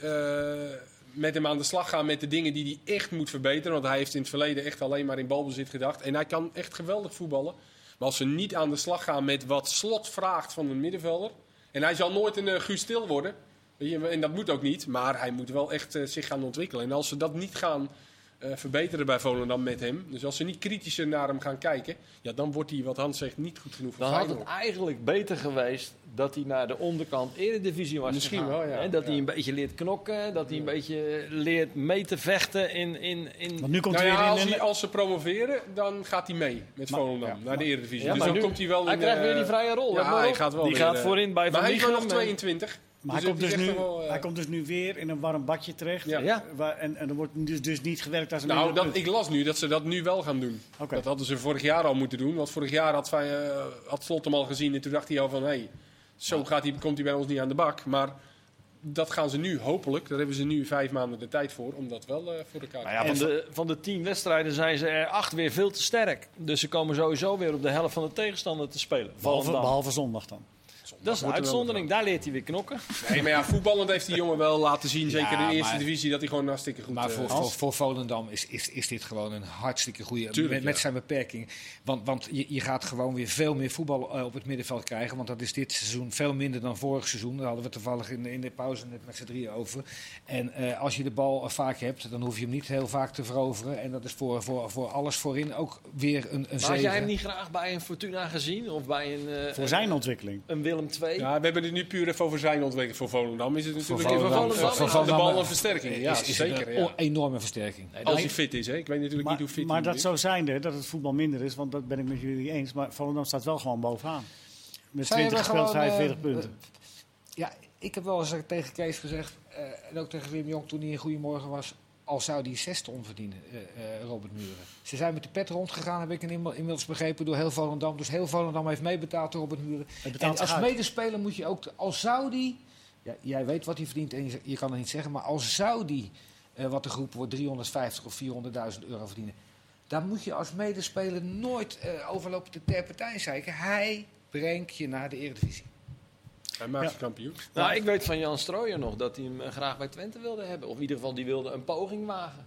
met hem aan de slag gaan met de dingen die hij echt moet verbeteren... want hij heeft in het verleden echt alleen maar in balbezit gedacht... en hij kan echt geweldig voetballen. Maar als ze niet aan de slag gaan met wat Slot vraagt van een middenvelder... en hij zal nooit een Guus Til worden... weet je, en dat moet ook niet, maar hij moet wel echt zich gaan ontwikkelen. En als ze dat niet gaan verbeteren bij Volendam met hem... dus als ze niet kritischer naar hem gaan kijken... ja, dan wordt hij, wat Hans zegt, niet goed genoeg voor Dan had het Feyenoord. eigenlijk beter geweest dat hij naar de onderkant Eredivisie was Misschien gegaan. wel, ja. Hè, dat hij Ja. een beetje leert knokken, dat hij een beetje leert mee te vechten in... want nu komt Nou hij ja, weer in... als ze promoveren, dan gaat hij mee met Maar- Volendam ja, naar de Eredivisie. Ja, dus maar dan nu- komt hij wel Hij in, krijgt weer die vrije rol. let ja, maar hij op. gaat wel die weer, gaat voorin bij Maar Van hij is maar nog Michelen en- 22. Maar hij komt, het dus is nu, echt wel, hij komt dus nu weer in een warm badje terecht. Ja. Ja. En er wordt dus niet gewerkt als een Nou, minder punt. ik las nu dat ze dat nu wel gaan doen. Oké. Dat hadden ze vorig jaar al moeten doen. Want vorig jaar had Slot hem al gezien en toen dacht hij al van... hé, zo komt hij bij ons niet aan de bak. Maar dat gaan ze nu, hopelijk, daar hebben ze nu 5 maanden de tijd voor... om dat wel voor elkaar te Nou ja, van de 10 wedstrijden zijn ze er 8 weer veel te sterk. Dus ze komen sowieso weer op de helft van de tegenstander te spelen. Volendam. Behalve zondag dan. Dat is een Wordt er wel uitzondering. Daar leert hij weer knokken. Nee, maar ja, voetballend heeft die jongen wel laten zien, zeker in de eerste maar- divisie, dat hij gewoon hartstikke goed Maar is. voor Volendam is dit gewoon een hartstikke goede... Tuurlijk, met ja. zijn beperking. Want je gaat gewoon weer veel meer voetbal op het middenveld krijgen. Want dat is dit seizoen veel minder dan vorig seizoen. Daar hadden we toevallig in de pauze net met z'n drieën over. En als je de bal vaak hebt, dan hoef je hem niet heel vaak te veroveren. En dat is voor alles voorin ook weer een Maar had zegen. jij hem niet graag bij een Fortuna gezien? Of bij Voor zijn ontwikkeling. een Willem II? Ja, we hebben het nu puur even over zijn ontwikkeling. Voor Volendam is het natuurlijk Volendam aan de bal een versterking. Ja, is zeker. een Ja. enorme versterking. Nee, Als dat- hij fit is, hè. Ik weet natuurlijk niet hoe fit Maar hij dat is. zou zijnde dat het voetbal minder is, want dat ben ik met jullie eens. Maar Volendam staat wel gewoon bovenaan. Met Zij 20 hebben gespeeld, gewoon, 45 punten. Ja, ik heb wel eens tegen Kees gezegd, en ook tegen Wim Jong toen hij in Goedemorgen was, al zou die 6 ton verdienen, Robert Muren. Ze zijn met de pet rondgegaan, heb ik inmiddels begrepen, door heel Volendam. Dus heel Volendam heeft meebetaald door Robert Muren. Hij En betaalt als zich uit. medespeler moet je ook, al zou die, ja, jij weet wat hij verdient en je kan het niet zeggen, maar al zou die, wat de groep wordt, 350 of 400.000 euro verdienen, dan moet je als medespeler nooit overlopen te ter partij zeiken. Hij brengt je naar de Eredivisie. Hij maakt je kampioen. Nou, ik weet van Jan Strooijer nog dat hij hem graag bij Twente wilde hebben. Of in ieder geval, die wilde een poging wagen.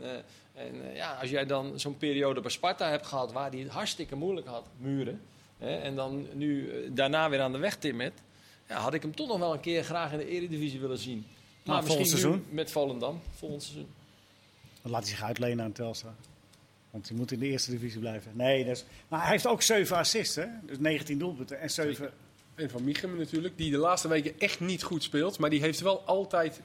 Ja, als jij dan zo'n periode bij Sparta hebt gehad waar hij het hartstikke moeilijk had, Muren. En dan nu daarna weer aan de weg timmert. Ja, had ik hem toch nog wel een keer graag in de Eredivisie willen zien. Maar volgend misschien seizoen? nu met Volendam, volgend seizoen. Dan laat hij zich uitlenen aan Telstra. Want hij moet in de eerste divisie blijven. Nee, maar hij heeft ook 7 assists, hè? Dus 19 doelpunten en 7... En van Michem natuurlijk, die de laatste weken echt niet goed speelt. Maar die heeft wel altijd...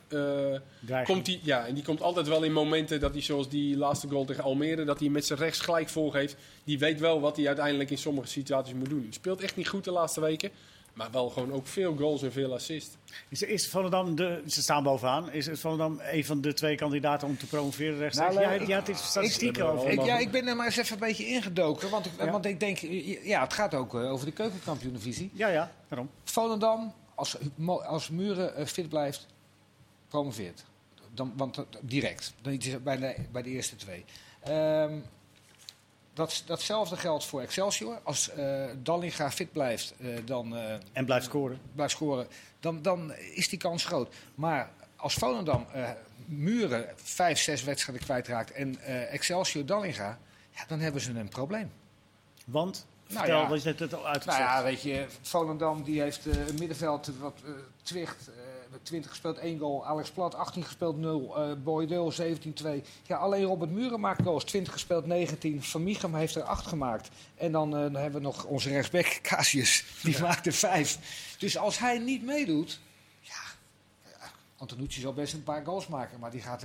en die komt altijd wel in momenten dat hij, zoals die laatste goal tegen Almere, dat hij met zijn rechts gelijk voorgeeft. Die weet wel wat hij uiteindelijk in sommige situaties moet doen. Speelt echt niet goed de laatste weken. Maar wel gewoon ook veel goals en veel assists. Is Volendam, ze staan bovenaan, is Volendam een van de 2 kandidaten om te promoveren rechtstreeks? Nou, jij had iets statistieken over. Ik ben er maar eens even een beetje ingedoken. Want ik denk, ja, het gaat ook over de keukenkampioen-divisie. Ja, daarom. Volendam, als Muren fit blijft, promoveert. Want direct. Dan is het bij de eerste 2. Datzelfde geldt voor Excelsior. Als Dallinga fit blijft En blijft scoren. dan is die kans groot. Maar als Volendam Muren 5-6 wedstrijden kwijtraakt en Excelsior Dallinga, ja, dan hebben ze een probleem. Want? Nou Vertel, ja. wat je net al uitgezet. Nou ja, weet je, Volendam die heeft een middenveld wat Twicht, 20 gespeeld, 1 goal. Alex Plat, 18 gespeeld, 0. Boydel, 17-2. Ja, alleen Robert Muren maakt goals. 20 gespeeld, 19. Van Micham heeft er 8 gemaakt. En dan hebben we nog onze rechtsback, Casius. Die maakte 5. Dus als hij niet meedoet, Antonucci zal best een paar goals maken. Maar die gaat er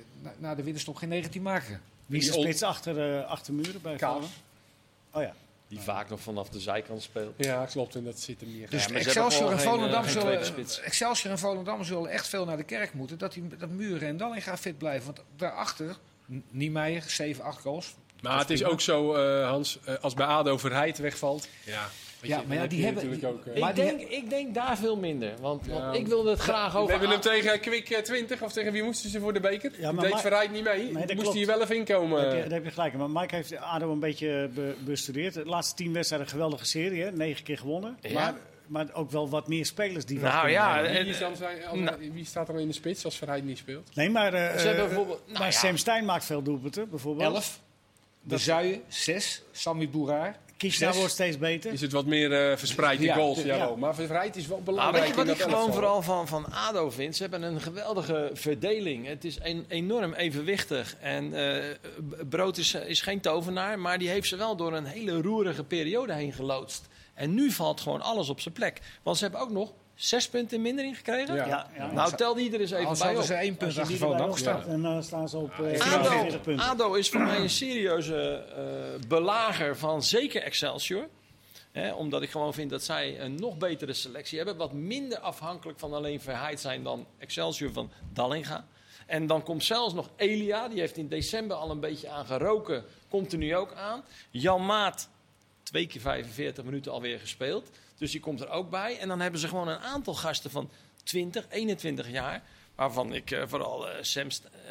na de winterstop geen 19 maken. Wie is de spits achter Muren bij Kaas. Volendam? Oh ja. Die vaak nog vanaf de zijkant speelt. Ja, klopt. En dat zit hem niet. Dus Ja, maar ze Excelsior, hebben en gewoon Volendam geen zullen, tweede spits. Excelsior en Volendam zullen echt veel naar de kerk moeten. Dat Muren en Dallinga fit blijven. Want daarachter, Niemeyer, 7, 8 goals. Maar het is ook zo, Hans, als bij ADO Verheid wegvalt. Ja, Ja, maar ja, die hebben- natuurlijk ook... Maar Ik denk daar veel minder. Want Ja. ik wilde het graag we over... hebben hem tegen Kwik 20, of tegen wie moesten ze voor de beker? Ja, maar Die deed Ma- Verheid niet mee. Nee, dat Moest klopt. hij er wel even inkomen. Daar heb je gelijk in. Maar Mike heeft ADO een beetje bestudeerd. De laatste 10 wedstrijden een geweldige serie. Hè? 9 keer gewonnen. Ja. Maar ook wel wat meer spelers die Nou wat kunnen ja, brengen. Wie, is dan wie staat er in de spits als Verheid niet speelt? Nee, maar Ze hebben bijvoorbeeld... Nou maar ja, Sam Stein maakt veel doelpunten, bijvoorbeeld. 11. De Zuijen, 6. Sammy Boeraar. Kiesna 6. wordt steeds beter. Is het wat meer verspreid, die Ja, goals? ja. Jawel. Maar Verheid is wel nou, belangrijk. weet je wat in ik dat gewoon elftal. vooral van ADO vind? Ze hebben een geweldige verdeling. Het is enorm evenwichtig. En Brood is geen tovenaar, maar die heeft ze wel door een hele roerige periode heen geloodst. En nu valt gewoon alles op zijn plek. Want ze hebben ook nog 6 punten in mindering gekregen. Ja. Nou, tel die er eens even Al bij hadden op. ze 1 punt Als je achter die erbij Volendam opstaat, gestaan. en dan staan ze op ADO, 44 punten. ADO is voor mij een serieuze belager van zeker Excelsior. Omdat ik gewoon vind dat zij een nog betere selectie hebben. Wat minder afhankelijk van alleen Verheid zijn dan Excelsior van Dallinga. En dan komt zelfs nog Elia. Die heeft in december al een beetje aan geroken. Komt er nu ook aan. Jan Maat, 2 keer 45 minuten alweer gespeeld. Dus die komt er ook bij. En dan hebben ze gewoon een aantal gasten van 20, 21 jaar. Waarvan ik vooral Sam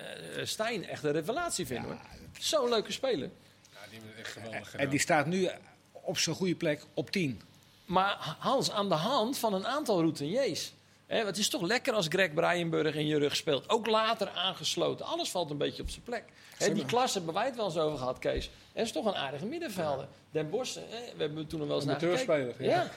Stein echt een revelatie vind. Hoor. Zo'n leuke speler. Ja, die hebben het echt geweldig gedaan. En die staat nu op zijn goede plek op 10. Maar Hans, aan de hand van een aantal routiniers. Het is toch lekker als Greg Brijenburg in je rug speelt. Ook later aangesloten. Alles valt een beetje op zijn plek. Die klas hebben wij het wel eens over gehad, Kees. Het is toch een aardige middenvelder. Den Bosch, we hebben toen nog wel eens naar gekeken. Amateurspeler, ja.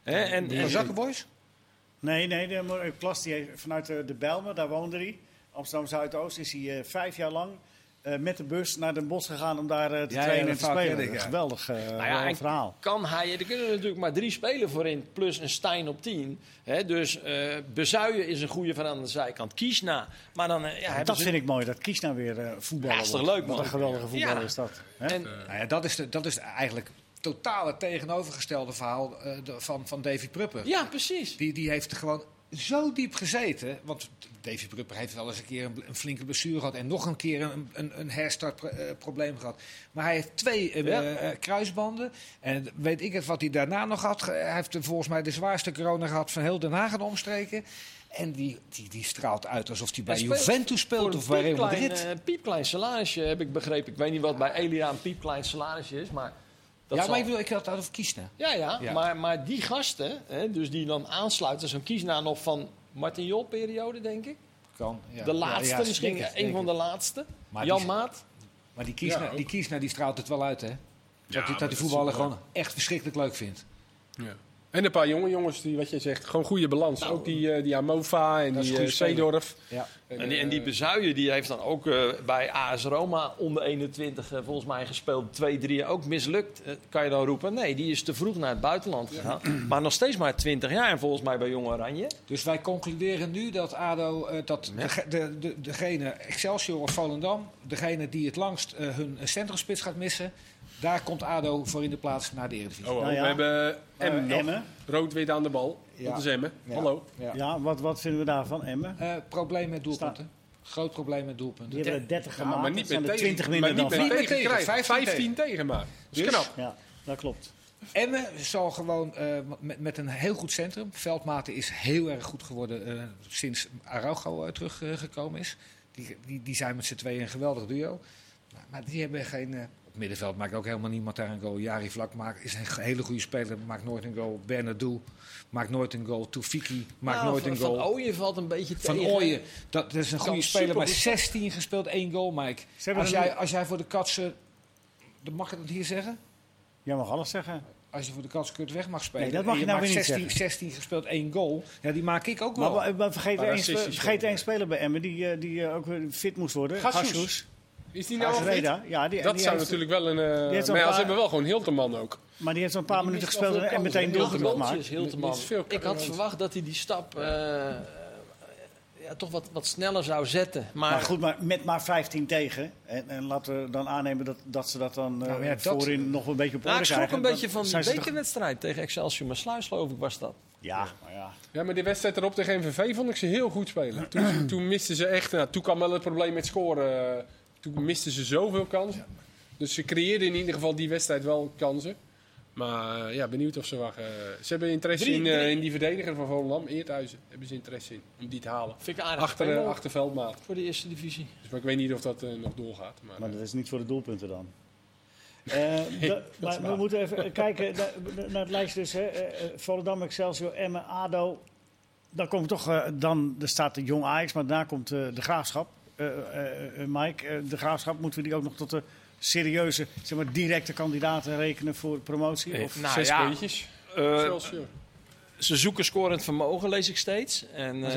En Zakkenboys? Nee, de klas die heeft vanuit de Bijlmer, daar woonde hij. Amsterdam Zuidoost is hij 5 jaar lang met de bus naar Den Bosch gegaan om daar te trainen en dat te verhaal spelen. ken ik, ja. Geweldig en verhaal. kan hij, er kunnen er natuurlijk maar 3 spelen voorin, plus een Stein op 10. Dus Bezuijen is een goede van aan de zijkant. Kiesna. Maar dan, Dat vind ik mooi, dat Kiesna weer voetballer Ja, is toch wordt. leuk, man? Wat een geweldige voetballer Ja. is dat. Hè? En, Nou ja, dat is eigenlijk totale tegenovergestelde verhaal van Davy Prupper. ja, precies. Die heeft gewoon zo diep gezeten. Want Davy Prupper heeft wel eens een keer een flinke blessure gehad. En nog een keer een herstartprobleem gehad. Maar hij heeft 2 kruisbanden. En weet ik het wat hij daarna nog had. Hij heeft volgens mij de zwaarste corona gehad van heel Den Haag en omstreken. En die straalt uit alsof hij bij Hij speelt Juventus speelt of bij Real Madrid. Piepklein salarisje heb ik begrepen. Ik weet niet wat bij Elia een piepklein salarisje is, maar... dat Ja, zal- maar ik had het over Kiesna. Ja. Ja. Maar die gasten, dus die dan aansluiten, zo'n Kiesna nog van Martin Jol-periode, denk ik. Kan, ja. De laatste, Ja, misschien denk een ik. van de laatste. Maar Jan die- Maat. Maar die Kiesna, Ja, ook. die Kiesna die straalt het wel uit, hè? Ja, Dat maar die dat voetballer is wel- gewoon echt verschrikkelijk leuk vindt. Ja. En een paar jonge jongens die, wat je zegt, gewoon goede balans. Nou, Ook die Amova en dat is die een goede speler. Seedorf. Ja. En die Bezuijen die heeft dan ook bij AS Roma onder 21 volgens mij gespeeld. 2-3 ook mislukt, kan je dan roepen. Nee, die is te vroeg naar het buitenland gegaan. Maar nog steeds maar 20 jaar en volgens mij bij Jong Oranje. Dus wij concluderen nu dat ADO, degene Excelsior of Volendam, degene die het langst hun centrumspits gaat missen, daar komt ADO voor in de plaats naar de Eredivisie. Oh, Nou ja. we hebben Emmen nog. Emmen. Rood-wit aan de bal. Ja. Dat is Emmen. Ja. Hallo. Ja. Ja, wat vinden we daarvan, Emmen? Probleem met doelpunten. Groot probleem met doelpunten. Die hebben er 30 Ja, gemaakt. maar dat niet zijn met er tegen, 20 minder maar niet dan met Vijf. tegen krijgen. 15 15 tegen maar. Dat is Dus- knap. Ja, dat klopt. Emmen zal gewoon met een heel goed centrum. Veldmaten is heel erg goed geworden sinds Araujo teruggekomen is. Die zijn met z'n tweeën een geweldig duo. Maar die hebben geen... op middenveld maakt ook helemaal niemand daar een goal. Jari Vlak is een hele goede speler, maakt nooit een goal. Bernardo maakt nooit een goal. Toefiki maakt nooit een goal. Van Ooyen valt een beetje tegen. Van Ooyen, dat is een goede speler, maar supergoed. 16 gespeeld, 1 goal, Mike. Als jij voor de Katsen... Mag ik dat hier zeggen? Jij mag alles zeggen. Als je voor de Katskut weg mag spelen. Nee, dat mag en je je nou maakt weer niet 16 gespeeld, 1 goal. Ja, die maak ik ook wel. Maar vergeet één speler bij Emmen die ook weer fit moest worden. Gassus. Is die nou al fit? Reda. Ja, Dat zou natuurlijk wel een... Maar ze hebben wel gewoon Hilterman ook. Maar die heeft zo'n paar minuten gespeeld en meteen Heel doelpunt gemaakt. Hilterman. Ik had verwacht dat hij die stap toch wat sneller zou zetten. Maar goed, maar met maar 15 tegen. En laten we dan aannemen dat ze dat dan voorin nog een beetje op orde krijgen. Ik schrok een beetje van die de bekerwedstrijd tegen Excelsior Maassluis, geloof ik, was dat. Ja. Ja, maar die wedstrijd erop tegen MVV vond ik ze heel goed spelen. Toen misten ze echt... toen kwam wel het probleem met scoren. Toen misten ze zoveel kansen. Dus ze creëerden in ieder geval die wedstrijd wel kansen. Maar benieuwd of ze wachten. Ze hebben interesse in die verdediger van Volendam, Eerthuizen. Hebben ze interesse in, om die te halen. Vind ik aardig. Achter Veldmaat. Voor de eerste divisie. Dus, maar ik weet niet of dat nog doorgaat. Maar dat is niet voor de doelpunten dan. Maar we moeten even kijken naar het lijstje. Dus, Volendam, Excelsior, Emmen, ADO. Dan komt toch, er staat de Jong Ajax, maar daarna komt de Graafschap. Mike, de Graafschap, moeten we die ook nog tot de serieuze, zeg maar, directe kandidaten rekenen voor promotie? Of 6 puntjes. Ze zoeken scorend vermogen, lees ik steeds. En,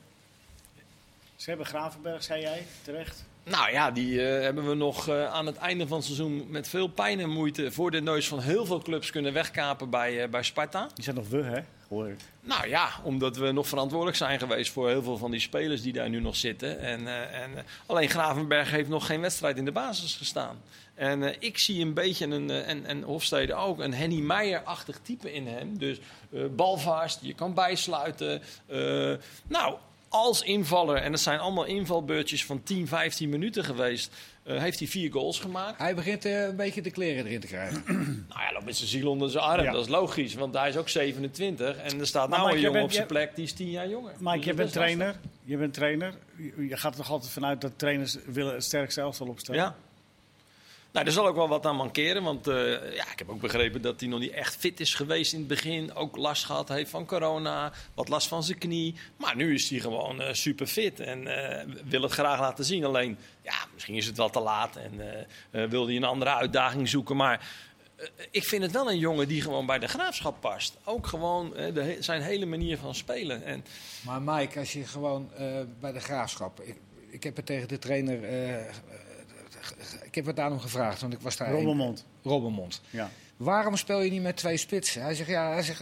ze hebben Gravenberg, zei jij, terecht. Nou ja, die hebben we nog aan het einde van het seizoen met veel pijn en moeite voor de neus van heel veel clubs kunnen wegkapen bij Sparta. Die zijn nog we, hè? Hoor ik. Nou ja, omdat we nog verantwoordelijk zijn geweest voor heel veel van die spelers die daar nu nog zitten. Alleen Gravenberg heeft nog geen wedstrijd in de basis gestaan. En ik zie een beetje en Hofstede ook, een Henny Meijer-achtig type in hem. Dus balvast, je kan bijsluiten. Als invaller, en dat zijn allemaal invalbeurtjes van 10, 15 minuten geweest, heeft hij 4 goals gemaakt. Hij begint een beetje de kleren erin te krijgen. Nou ja, dan met zijn ziel onder zijn arm. Ja. Dat is logisch, want hij is ook 27. En er staat een jongen op zijn plek, die is 10 jaar jonger. Mike, je bent trainer. Je gaat er toch altijd vanuit dat trainers willen het sterkste elftal opstellen? Ja. Nou, er zal ook wel wat aan mankeren, want ik heb ook begrepen dat hij nog niet echt fit is geweest in het begin. Ook last gehad heeft van corona, wat last van zijn knie. Maar nu is hij gewoon super fit en wil het graag laten zien. Alleen, misschien is het wel te laat en wil hij een andere uitdaging zoeken. Maar ik vind het wel een jongen die gewoon bij de Graafschap past. Ook gewoon zijn hele manier van spelen. Maar Mike, als je gewoon bij de Graafschap... Ik heb het tegen de trainer... Ik heb het aan hem gevraagd, want ik was daar... Robbenmond. Ja. Waarom speel je niet met 2 spitsen? Hij zegt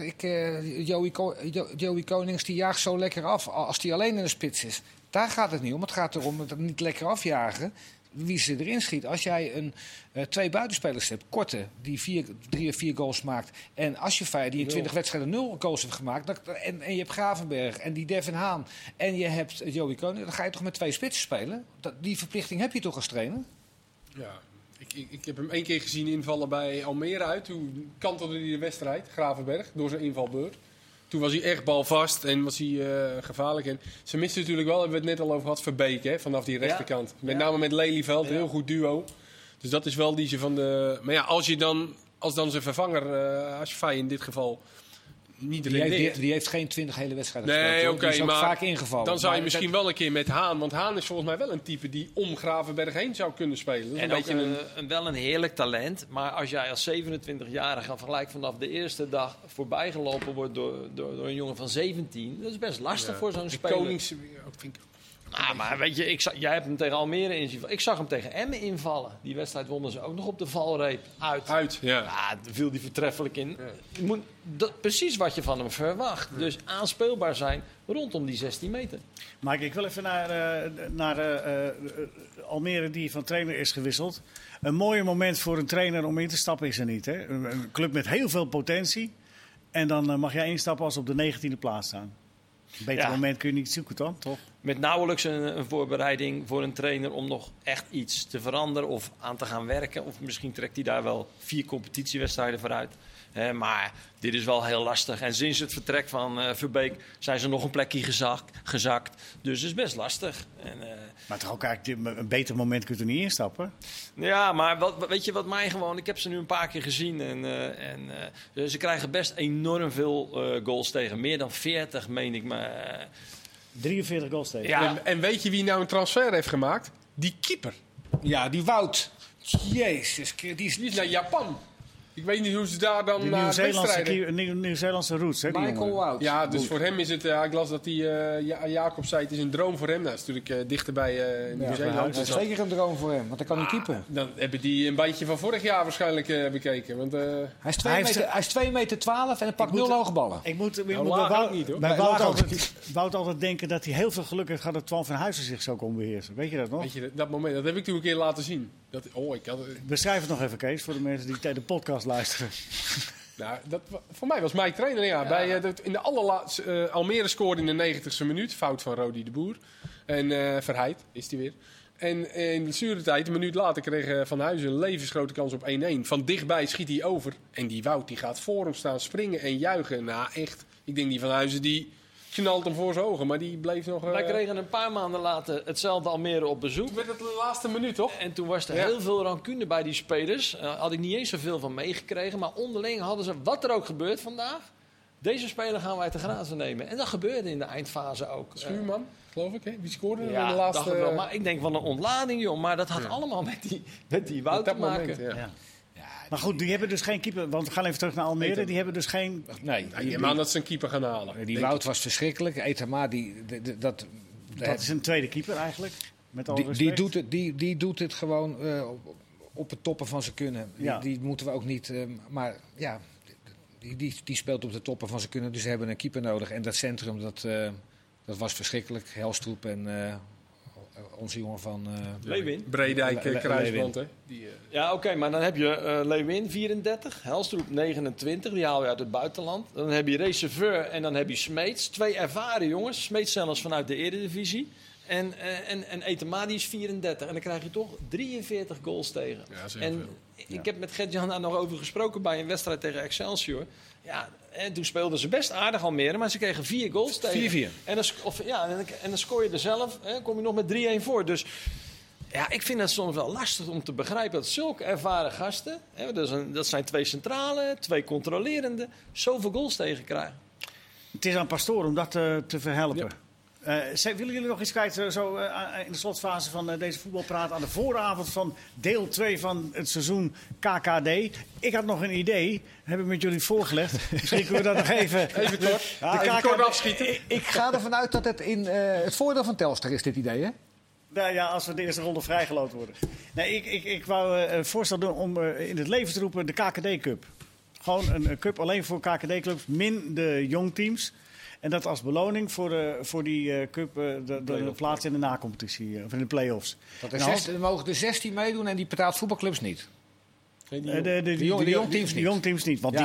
Joey Konings die jaagt zo lekker af als hij alleen in de spits is. Daar gaat het niet om. Het gaat erom dat het niet lekker afjagen. Wie ze erin schiet. Als jij 2 buitenspelers hebt, korte, die 3 of 4 goals maakt. En als je die in 20 wedstrijden 0 goals heeft gemaakt. En je hebt Gravenberg en die Devin Haan. En je hebt Joey Koning. Dan ga je toch met 2 spitsen spelen? Die verplichting heb je toch als trainer? Ja, ik heb hem 1 keer gezien invallen bij Almere uit. Toen kantelde hij de wedstrijd, Gravenberg, door zijn invalbeurt. Toen was hij echt balvast en was hij gevaarlijk. En ze misten natuurlijk wel, hebben we het net al over gehad, Verbeek, hè, vanaf die rechterkant. Ja. Met name met Lelyveld, heel goed duo. Dus dat is wel die ze van de... Maar ja, als dan zijn vervanger, Asfai in dit geval... Die heeft geen 20 hele wedstrijden gespeeld. Nee, oké, die is ook maar vaak ingevallen. Dan zou je misschien wel een keer met Haan... Want Haan is volgens mij wel een type die om Gravenberg heen zou kunnen spelen. Dat is en een ook beetje wel een heerlijk talent. Maar als jij als 27-jarige gelijk vanaf de eerste dag voorbijgelopen wordt door een jongen van 17... Dat is best lastig voor zo'n speler. Konings, vind ik... Maar weet je, jij hebt hem tegen Almere inzien. Ik zag hem tegen Emmen invallen. Die wedstrijd wonnen ze ook nog op de valreep uit. Ja. Daar viel hij voortreffelijk in. Ja. Precies wat je van hem verwacht. Ja. Dus aanspeelbaar zijn rondom die 16 meter. Mike, ik wil even naar Almere die van trainer is gewisseld. Een mooi moment voor een trainer om in te stappen is er niet. Hè? Een club met heel veel potentie. En dan mag jij instappen als op de 19e plaats staan. Een beter moment kun je niet zoeken, toch? met nauwelijks een voorbereiding voor een trainer om nog echt iets te veranderen of aan te gaan werken. Of misschien trekt hij daar wel 4 competitiewedstrijden vooruit. Maar dit is wel heel lastig. En sinds het vertrek van Verbeek zijn ze nog een plekje gezakt. Dus het is best lastig. Maar toch ook eigenlijk een beter moment kunt er niet instappen? Ja, maar weet je wat mij gewoon... Ik heb ze nu een paar keer gezien. Ze krijgen best enorm veel goals tegen. Meer dan 40, meen ik. 43 goals tegen. Ja. En weet je wie nou een transfer heeft gemaakt? Die keeper. Ja, die Wout. Jezus, die Die is naar Japan. Ik weet niet hoe ze daar dan De wedstrijden... Nieuw-Zeelandse roots, hè? die Michael jongen. Wout. Ja, dus voor hem is het... ik las dat Jacob zei, het is een droom voor hem. Nou, dat is natuurlijk dichter bij Nieuw-Zeeland. Dat Dus is zeker een droom voor hem, want dan kan hij keeper. dan hebben die een bandje van vorig jaar waarschijnlijk bekeken. Want, Hij is Hij heeft 2,12 meter en hij pakt 0 hoge ballen. Ik moet bij laag ook niet, hoor. bij Nee, Wout laag ook Wout altijd denken dat hij heel veel geluk heeft gehad dat Twan van Huizen zich zo kon beheersen. Weet je dat nog? weet je, dat moment, dat heb ik toen een keer laten zien. Beschrijf het nog even, Kees, voor de mensen die de podcast luisteren. Nou, voor mij was Mike trainer. Ja. In de allerlaatste... Almere scoorde in de 90ste minuut. Fout van Rodi de Boer. En Verheid is hij weer. En in de blessuretijd, een minuut later, kreeg Van Huizen een levensgrote kans op 1-1. Van dichtbij schiet hij over. En die Wout die gaat voor hem staan springen en juichen. Nou, echt. Ik denk die Van Huizen die knalt hem voor zijn ogen. Maar die bleef nog... Wij kregen een paar maanden later hetzelfde Almere op bezoek. Toen werd het de laatste minuut, toch? En toen was er heel veel rancune bij die spelers. Had ik niet eens zoveel van meegekregen. Maar onderling hadden ze, wat er ook gebeurt vandaag... Deze speler gaan wij te grazen nemen. En dat gebeurde in de eindfase ook. Schuurman, geloof ik. Hè? Wie scoorde in de Ja, laatste... dacht ik wel. Maar ik denk van een ontlading, joh. Maar dat had allemaal met die Wout op te dat maken. moment, ja. Ja. Maar goed, die hebben dus geen keeper. Want we gaan even terug naar Almere. Die hebben dus geen... Nee, Ja, maar dat ze een keeper gaan halen. die Wout was verschrikkelijk. Etama, Dat is een tweede keeper eigenlijk. Met alle respect. die doet het gewoon op het toppen van zijn kunnen. Ja. Die moeten we ook niet... maar ja, die speelt op de toppen van zijn kunnen. Dus ze hebben een keeper nodig. En dat centrum, dat was verschrikkelijk. Helstroep en onze jongen van... Lewin. Breedijk, Kruisband, hè? Ja, oké, maar dan heb je Lewin, 34. Helstroep, 29. Die haal je uit het buitenland. Dan heb je Reserveur en dan heb je Smeets. 2 ervaren jongens. Smeets zelfs vanuit de Eredivisie. En Etema, die is 34. En dan krijg je toch 43 goals tegen. Ja, dat is heel En veel. ik heb met Gert-Jan daar nog over gesproken bij een wedstrijd tegen Excelsior. Ja, en toen speelden ze best aardig Almere, maar ze kregen 4 goals tegen. 4-4. En dan scoor je er zelf, kom je nog met 3-1 voor. Dus ja, ik vind het soms wel lastig om te begrijpen dat zulke ervaren gasten, dat zijn 2 centrale, 2 controlerende, zoveel goals tegen krijgen. Het is aan Pastoor om dat te verhelpen. Willen jullie nog iets kwijt in de slotfase van deze voetbalpraat aan de vooravond van deel 2 van het seizoen KKD? Ik had nog een idee, heb ik met jullie voorgelegd. Misschien kunnen we dat nog even kort. Ja, Even kort afschieten. Ik ga ervan uit dat het in het voordeel van Telstar is, dit idee, hè? Nou ja, als we de eerste ronde vrijgeloot worden. Nee, ik wou een voorstel doen om in het leven te roepen de KKD Cup. Gewoon een cup alleen voor KKD-clubs, min de jongteams. En dat als beloning voor die cup de plaats in de nacompetitie, of in de play-offs. Er mogen er 16 meedoen en die betaalt voetbalclubs niet. De jongteams niet, want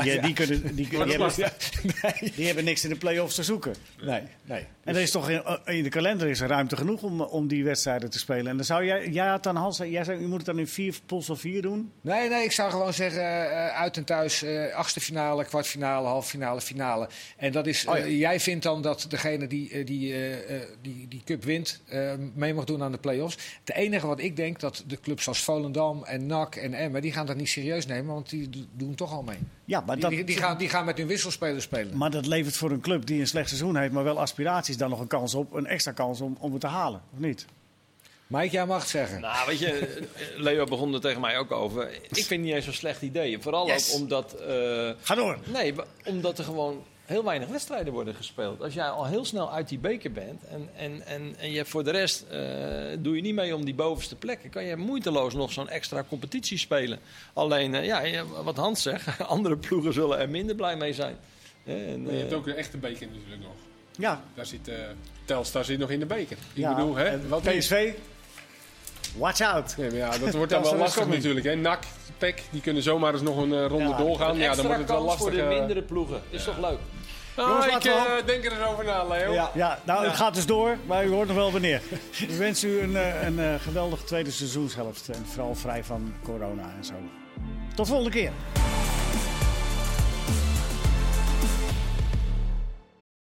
die hebben niks in de play-offs te zoeken. Nee. En er is toch in de kalender is er ruimte genoeg om die wedstrijden te spelen. En dan zou jij had dan Hans, jij zei, je moet het dan in 4 pools van 4 doen? Nee, ik zou gewoon zeggen uit en thuis, achtste finale, kwartfinale, halve finale, finale. En dat is, jij vindt dan dat degene die cup wint, mee mag doen aan de play-offs. Het enige wat ik denk, dat de clubs als Volendam en NAC en Emmen, die gaan dat niet serieus nemen, want die doen toch al mee. Ja, maar die gaan met hun wisselspelers spelen. Maar dat levert voor een club die een slecht seizoen heeft, maar wel aspiraties, dan nog een extra kans om het te halen, of niet? Mike, jij mag het zeggen. Nou, weet je, Leo begon er tegen mij ook over. Ik vind het niet eens zo'n slecht idee. Vooral ook omdat... Ga door. Nee, omdat er gewoon heel weinig wedstrijden worden gespeeld. Als jij al heel snel uit die beker bent en je hebt voor de rest doe je niet mee om die bovenste plekken, kan je moeiteloos nog zo'n extra competitie spelen. Alleen, wat Hans zegt, andere ploegen zullen er minder blij mee zijn. Maar je hebt ook een echte beker natuurlijk nog. Ja. Daar zit Telstar zit nog in de beker. Ik Ja, bedoel, hè? Wat PSV, watch out. Ja, maar ja, dat wordt dan wel lastig natuurlijk. Hè? NAC, PEC, die kunnen zomaar eens nog een ronde doorgaan. Ja, dan wordt het wel lastig. Voor de mindere ploegen. Is toch leuk? Jongens, ik laten we hopen. denk er eens over na, Leo. Ja. Ja, nou, het gaat dus door, maar u hoort nog wel wanneer. Ik wens u een geweldige tweede seizoenshelft. En vooral vrij van corona en zo. Tot de volgende keer.